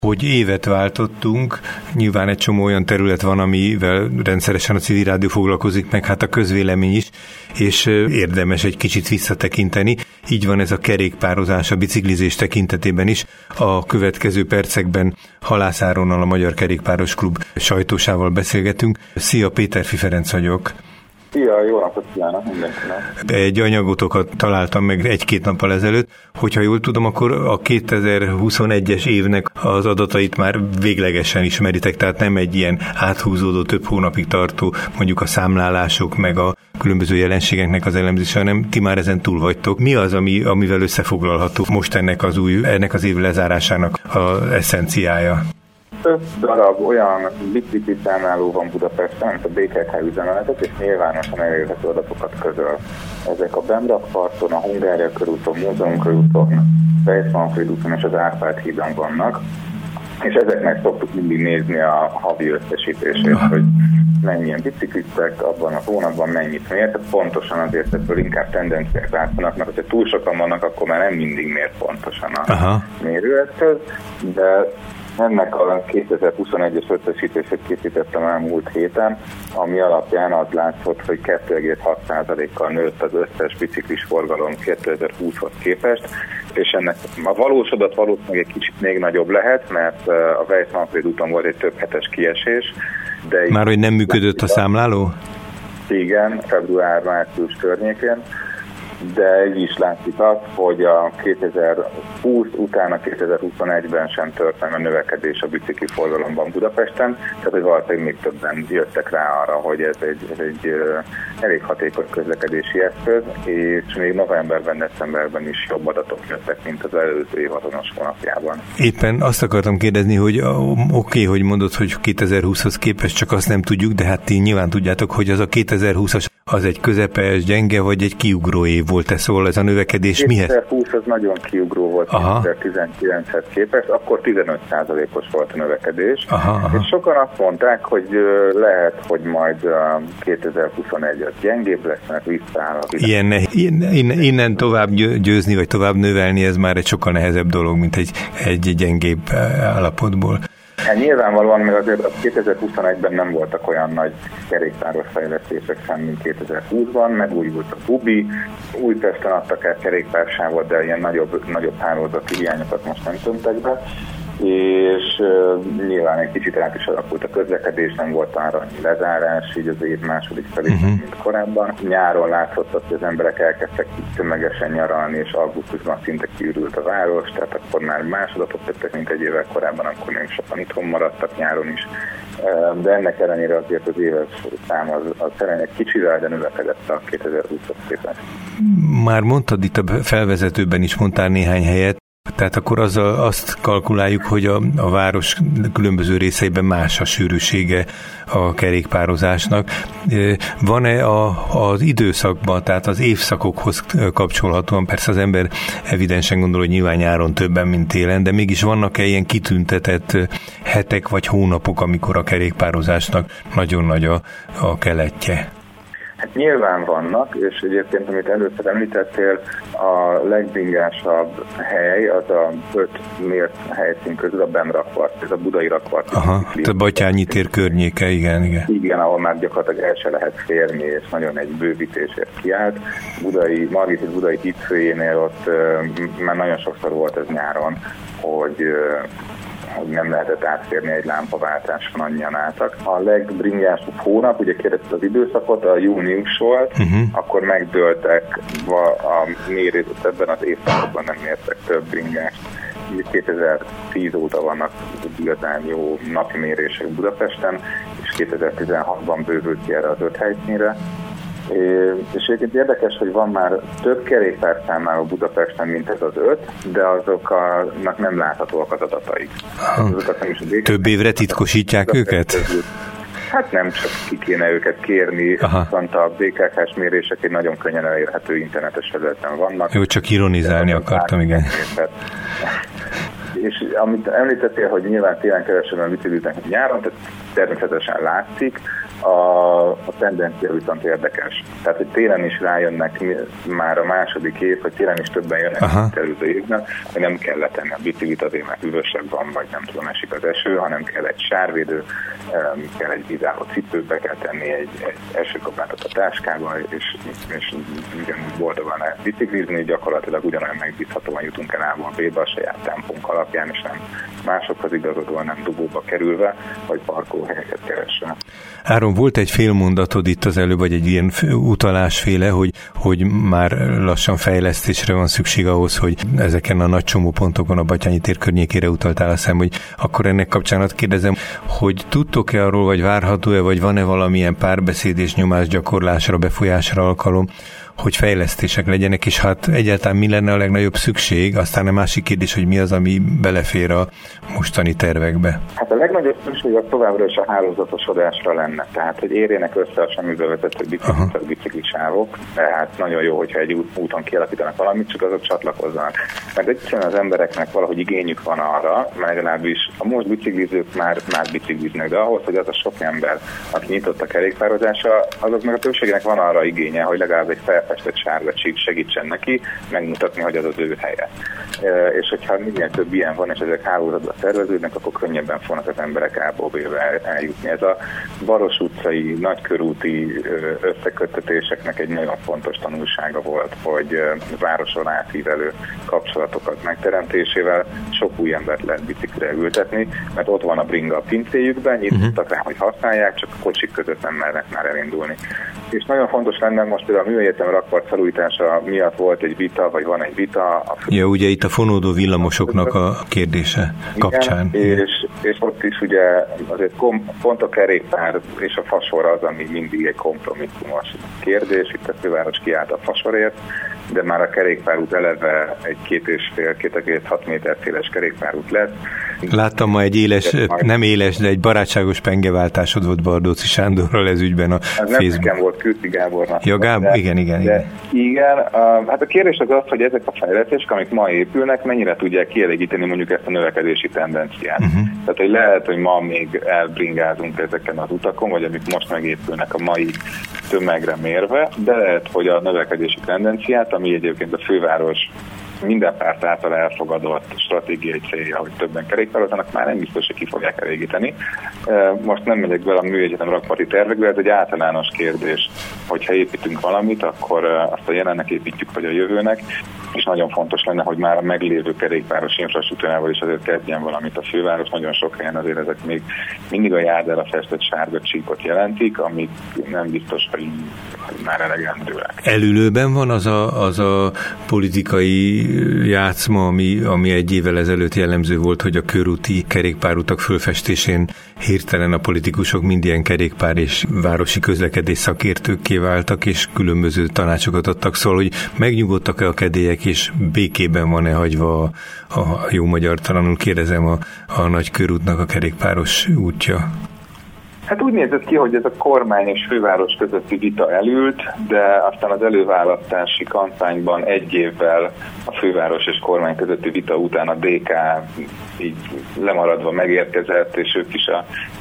hogy évet váltottunk. Nyilván egy csomó olyan terület van, amivel rendszeresen a civil rádió foglalkozik, meg hát a közvélemény is, és érdemes egy kicsit visszatekinteni. Így van ez a kerékpározás, a biciklizés tekintetében is. A következő percekben Halász Áronnal, a Magyar Kerékpáros Klub sajtósával beszélgetünk. Szia, Péterfi Ferenc vagyok. Szia, jó napot kívánok mindenkinek! Egy anyagotokat találtam meg 1-2 nappal ezelőtt, hogyha jól tudom, akkor a 2021-es évnek az adatait már véglegesen ismeritek, tehát nem egy ilyen áthúzódó, több hónapig tartó, mondjuk a számlálások, meg a különböző jelenségeknek az elemzése, hanem ti már ezen túl vagytok. Mi az, amivel összefoglalható most ennek az év lezárásának az eszenciája? 5 darab olyan bicikli számláló van Budapesten, amit a BKK üzemeltet, és nyilvánosan elérhető adatokat közöl. Ezek a Bemrakparton, a Hungária körúton, Múzeum körúton, Weiss-Manfréd úton és az Árpád hídon vannak, és ezeknek szoktuk mindig nézni a havi összesítését, hogy mennyien biciklistek abban a hónapban, mennyit mér, tehát pontosan azért ebből inkább tendenciák látszanak, mert hogyha túl sokan vannak, akkor már nem mindig mér pontosan a mérőeszköz, de ennek a 2021-es összesítését készítettem el múlt héten, ami alapján az látszott, hogy 2,6%-kal nőtt az összes biciklis forgalom 2020-hoz képest, és ennek a valós adat valószínűleg egy kicsit még nagyobb lehet, mert a Weiss-Manfréd úton volt egy több hetes kiesés. De már hogy nem működött a számláló? Igen, február-március környékén. De így is látszik az, hogy a 2020 után a 2021-ben sem történt a növekedés a bicikli forgalomban Budapesten, tehát hogy valószínűleg még többen jöttek rá arra, hogy ez egy elég hatékony közlekedési eszköz, és még novemberben, decemberben is jobb adatok jöttek, mint az előző év azonos hónapjában. Éppen azt akartam kérdezni, hogy oké, hogy mondod, hogy 2020-hoz képest csak azt nem tudjuk, de hát ti nyilván tudjátok, hogy az a 2020-as az egy közepes, gyenge, vagy egy kiugró év volt-e, szóval ez a növekedés mihez? 2020 az nagyon kiugró volt 2019-hez képest, akkor 15%-os volt a növekedés, és sokan azt mondták, hogy lehet, hogy majd 2021 az gyengébb lesz, mert visszaáll. Innen tovább győzni, vagy tovább növelni, ez már egy sokkal nehezebb dolog, mint egy gyengébb állapotból. Hát nyilvánvalóan még azért 2021-ben nem voltak olyan nagy kerékpáros fejlesztések sem, mint 2020-ban, megújult a Bubi, Újpesten adtak el kerékpársávot, de ilyen nagyobb hálózati hiányokat most nem tömtek be, és nyilván egy kicsit át is alakult a közlekedés, nem volt már annyi lezárás, így az év második felében, mint korábban. Nyáron látszott azt, hogy az emberek elkezdtek tömegesen nyaralni, és augusztusban szinte kiürült a város, tehát akkor már más adatok tettek, mint egy évvel korábban, akkor nem sokan itthon maradtak nyáron is. De ennek ellenére azért az éves szám az egy kicsivel, de növekedett a 2020-as képest. Már mondtad itt a felvezetőben is, mondtál néhány helyet, tehát akkor azt kalkuláljuk, hogy a város különböző részeiben más a sűrűsége a kerékpározásnak. Van-e az időszakban, tehát az évszakokhoz kapcsolhatóan, persze az ember evidensen gondol, hogy nyilván nyáron többen, mint télen, de mégis vannak-e ilyen kitüntetett hetek vagy hónapok, amikor a kerékpározásnak nagyon nagy a keletje? Hát nyilván vannak, és egyébként, amit először említettél, a legbringásabb hely, az a 5 mért helyszín közül a Bemrakpart, ez a budai rakpart. A Batyányi tér környéke, igen. Igen, ahol már gyakorlatilag el se lehet férni, és nagyon egy bővítésért kiállt. Margit budai hídfőjénél ott már nagyon sokszor volt ez nyáron, hogy nem lehetett átférni egy lámpaváltáson, annyian álltak. A legbringásabb hónap, ugye kérdezte az időszakot, a június volt, akkor megdőltek a mérőt, ebben az évszakban nem mértek több bringást. 2010 óta vannak igazán jó napi mérések Budapesten, és 2016-ban bővült ki erre az 5 helyszínre. És egyébként érdekes, hogy van már több kerékpárszámláló Budapesten, mint ez az 5, de azoknak nem láthatóak az adataik. Több évre titkosítják őket? Hát nem csak ki kéne őket kérni, viszont a BKK-s mérések egy nagyon könnyen elérhető internetes felületen vannak. Jó, csak ironizálni akartam, igen. És amit említettél, hogy nyilván télen kevesebben bicikliznek nyáron, tehát természetesen látszik, A tendencia viszont érdekes. Tehát, hogy télen is rájönnek már a második év, hogy télen is többen jönnek az előző évben, hogy nem kell letenni a biciklit azért, mert hűvösebb van, vagy nem tudom, esik az eső, hanem kell egy sárvédő, kell egy vizáló cipőbe, kell tenni egy esőkabátot a táskába, és ugyanúgy boldogan lehet biciklizni, gyakorlatilag ugyanolyan megbízhatóan jutunk el A-ból B-be a saját tempónk alapján, és nem másokhoz igazodva, nem dugóba kerülve, vagy parkolóhelyeket keresve. Áron, volt egy félmondatod itt az előbb, vagy egy ilyen utalásféle, hogy már lassan fejlesztésre van szükség ahhoz, hogy ezeken a nagy csomópontokon, a Batthyány tér környékére utaltál, azt hiszem, hogy akkor ennek kapcsán kérdezem, hogy tudtok-e arról, vagy várható-e, vagy van-e valamilyen párbeszéd és nyomásgyakorlásra, befolyásra alkalom, hogy fejlesztések legyenek, és hát egyáltalán mi lenne a legnagyobb szükség, aztán a másik kérdés, hogy mi az, ami belefér a mostani tervekbe. Hát a legnagyobb szükség az továbbra is a hálózatosodásra lenne, tehát hogy érjenek össze a semmibe vezető biciklisávok, tehát nagyon jó, hogyha egy úton kialakítanak valamit, csak azok csatlakozzanak. Mert egyszerűen az embereknek valahogy igényük van arra, legalábbis a most biciklizők már bicikliznek, de ahhoz, hogy az a sok ember, aki nyitott a kerékpározásra, azoknak a többségnek van arra igénye, hogy legalább egy felfestett sárga csík segítsen neki megmutatni, hogy az az ő helye. És hogyha minél több ilyen van, és ezek hálózatban szerveződnek, akkor könnyebben fognak az emberek A-ból B-be eljutni. Ez a Baros utcai, nagykörúti összeköttetéseknek egy nagyon fontos tanulsága volt, hogy városon átívelő kapcsolatokat megteremtésével sok új embert lehet biciklire ültetni, mert ott van a bringa a pincéjükben, nyitottak rá, hogy használják, csak a kocsik között nem mernek már elindulni. És nagyon fontos lenne, most például a műegyetem rakpart felújítása miatt volt egy vita, vagy van egy vita. Ja, ugye itt a fonódó villamosoknak a kérdése kapcsán. Igen, és ott is ugye azért pont a kerékpár és a fasor az, ami mindig egy kompromisszumos kérdés. Itt a főváros kiállt a fasorért, de már a kerékpárút eleve egy 2,5-2,6 méter széles kerékpárút lett. Láttam ma egy éles, nem éles, de egy barátságos pengeváltásod volt Bardóczy Sándorral ez ügyben a Facebook. Nem nekem volt, Kürti Gábornak. Ja, igen. Igen, hát a kérdés az az, hogy ezek a fejlesztések, amik ma épülnek, mennyire tudják kielégíteni mondjuk ezt a növekedési tendenciát. Tehát, hogy lehet, hogy ma még elbringázunk ezeken az utakon, vagy amik most megépülnek a mai tömegre mérve, de lehet, hogy a növekedési tendenciát, ami egyébként a főváros minden párt által elfogadott stratégiai célja, hogy többen kerékpározzanak, már nem biztos, hogy ki fogják elégíteni. Most nem megyek bele a műegyetem rakparti tervekbe, ez egy általános kérdés, hogyha építünk valamit, akkor azt a jelennek építjük, vagy a jövőnek, és nagyon fontos lenne, hogy már a meglévő kerékpáros infrastruktúrával is azért kezdjen valamit a főváros. Nagyon sok helyen azért ezek még mindig a járdára festett sárga csíkot jelentik, amik nem biztos, hogy már elegendőek. Elülőben van az a politikai játszma, ami egy évvel ezelőtt jellemző volt, hogy a körúti kerékpárutak fölfestésén hirtelen a politikusok mind ilyen kerékpár és városi közlekedés szakértőkké váltak, és különböző tanácsokat adtak, szóval, hogy megnyugodtak-e a kedélyek, és békében van-e hagyva a jó magyartalanul kérdezem a nagy körútnak a kerékpáros útja? Hát úgy nézett ki, hogy ez a kormány és főváros közötti vita elült, de aztán az előválasztási kampányban egy évvel a főváros és kormány közötti vita után a DK így lemaradva megérkezett, és ők is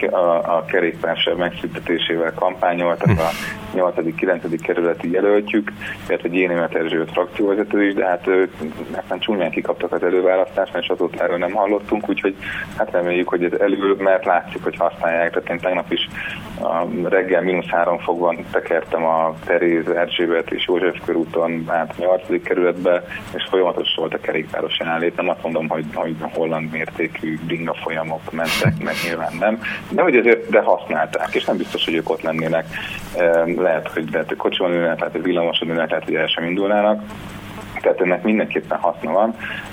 a kerékpársáv megszüntetésével kampányoltak, a 8.-9. kerületi jelöltjük, illetve Gyénémet Erzsébet frakcióvezető is, de hát ők aztán csúnyán kikaptak az előválasztásnál, és azóta erről nem hallottunk, úgyhogy hát reméljük, hogy ez elül, mert látszik, hogy használják, tehát én tegnap is reggel -3 fokban tekertem a Teréz, Erzsébet és József körúton át a 8. kerületbe, és folyamatos volt a kerékpáros jelenlét. Nem azt mondom, hogy holland mértékű bringa folyamok mentek, meg nyilván nem, de hogy azért használták, és nem biztos, hogy ők ott lennének. Lehet, hogy kocsiban ülnek, lehet, hogy villamoson ülnek, lehet, hogy el sem indulnának. Tehát ennek mindenképpen haszna van,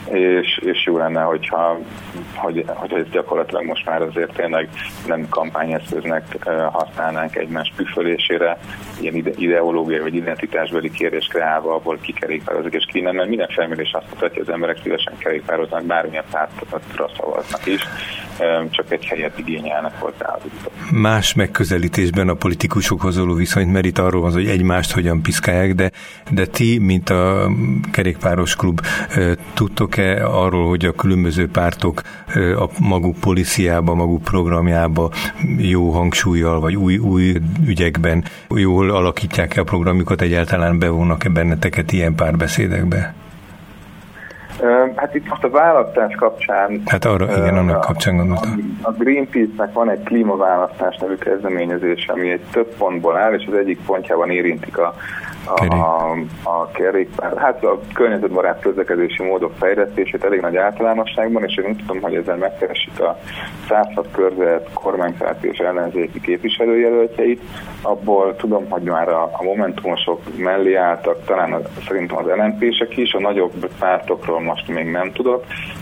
és jó lenne, hogyha ezt gyakorlatilag most már azért tényleg nem kampányeszköznek használnánk egymás püfölésére, ilyen ideológiai vagy identitásbeli kérdés kreálva, abból kikerékpározik és ki nem, mert minden felmérés azt mutatja, hogy az emberek szívesen kerékpároznak, bármilyen pártra szavaznak is. csak egy helyet igényelnek hozzá. Más megközelítésben a politikusokhoz való viszonyt, mert itt arról van, hogy egymást hogyan piszkálják, de ti, mint a kerékpáros klub, tudtok-e arról, hogy a különböző pártok a maguk políciába, maguk programjába jó hangsúlyjal, vagy új ügyekben jól alakítják-e a programjukat, egyáltalán bevonnak-e benneteket ilyen párbeszédekbe? Hát itt most a választás kapcsán... Hát arra, igen, annak kapcsán gondoltam. A Greenpeace-nek van egy klímaválasztás nevű kezdeményezés, ami egy több pontból áll, és az egyik pontjában érintik a kerékpár, hát a környezetbarát közlekedési módok fejlesztését elég nagy általánosságban, és én úgy tudom, hogy ezzel megkeresik a 106 körzet kormánypárti és ellenzéki képviselőjelöltjeit. Abból tudom, hogy már a momentumosok mellé álltak, talán szerintem az LMP-sek is, a nagyobb pártokról most még nem tudok,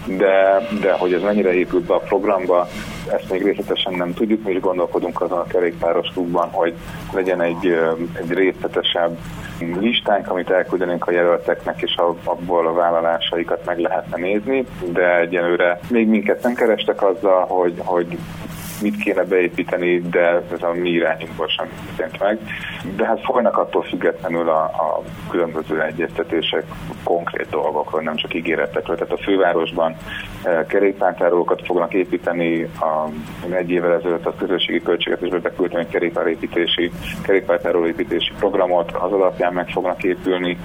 de hogy ez mennyire épült be a programba, ezt még részletesen nem tudjuk, mi is gondolkodunk azon a kerékpáros klubban, hogy legyen egy részletesebb listánk, amit elküldenénk a jelölteknek, és abból a vállalásaikat meg lehetne nézni, de egyelőre még minket nem kerestek azzal, hogy mit kéne beépíteni, de ez a mi irányunkból sem történt meg. De hát folynak attól függetlenül a különböző egyeztetések konkrét dolgokról, nem csak ígéretekről. Tehát a fővárosban kerékpártárolókat fognak építeni, egy évvel ezelőtt a közösségi költségvetésbe beküldtem egy kerékpártárolóépítési programot, az alapján meg fognak épülni.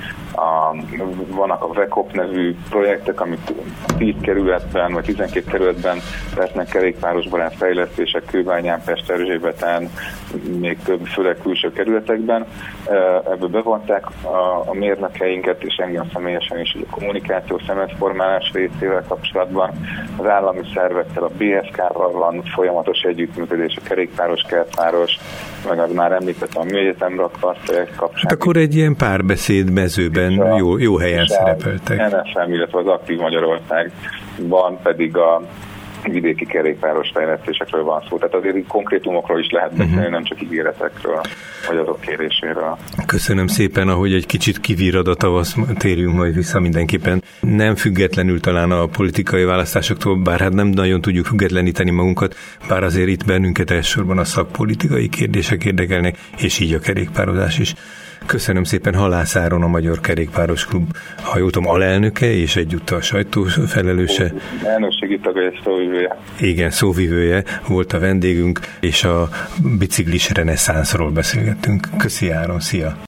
Vannak a VECOP nevű projektek, amik 10 kerületben vagy 12 kerületben lesznek kerékpárosbarát fejlesztések, Kőbányán, Pest, Erzsébeten, még több, főleg külső kerületekben. Ebből bevonták a mérnökeinket, és engem személyesen is a kommunikáció szemletformálás részével kapcsolatban. Az állami szervekkel, a BSK-val van folyamatos együttműködés, a kerékpáros, kertpáros, meg az már említettem a Műegyetem rakpartprojekt kapcsán. Hát akkor egy ilyen párbeszéd mezőben jó helyen szerepeltek. NFM, illetve az Aktív Magyarországban pedig a vidéki kerékpáros fejlesztésekről van szó. Tehát azért konkrétumokról is lehet beszélni, nem csak ígéretekről, vagy azok kéréséről. Köszönöm szépen, ahogy egy kicsit kivírad a tavasz, térjünk majd vissza mindenképpen. Nem függetlenül talán a politikai választásoktól, bár hát nem nagyon tudjuk függetleníteni magunkat, bár azért itt bennünket elsősorban a szakpolitikai kérdések érdekelnek, és így a kerékpározás is. Köszönöm szépen, Halász Áron, a Magyar Kerékpáros Klub, ha jól tudom, alelnöke, és egyúttal sajtófelelőse. Elnökségi tagja és szóvivője. Igen, szóvivője volt a vendégünk, és a biciklis reneszánszról beszélgettünk. Köszi Áron, szia!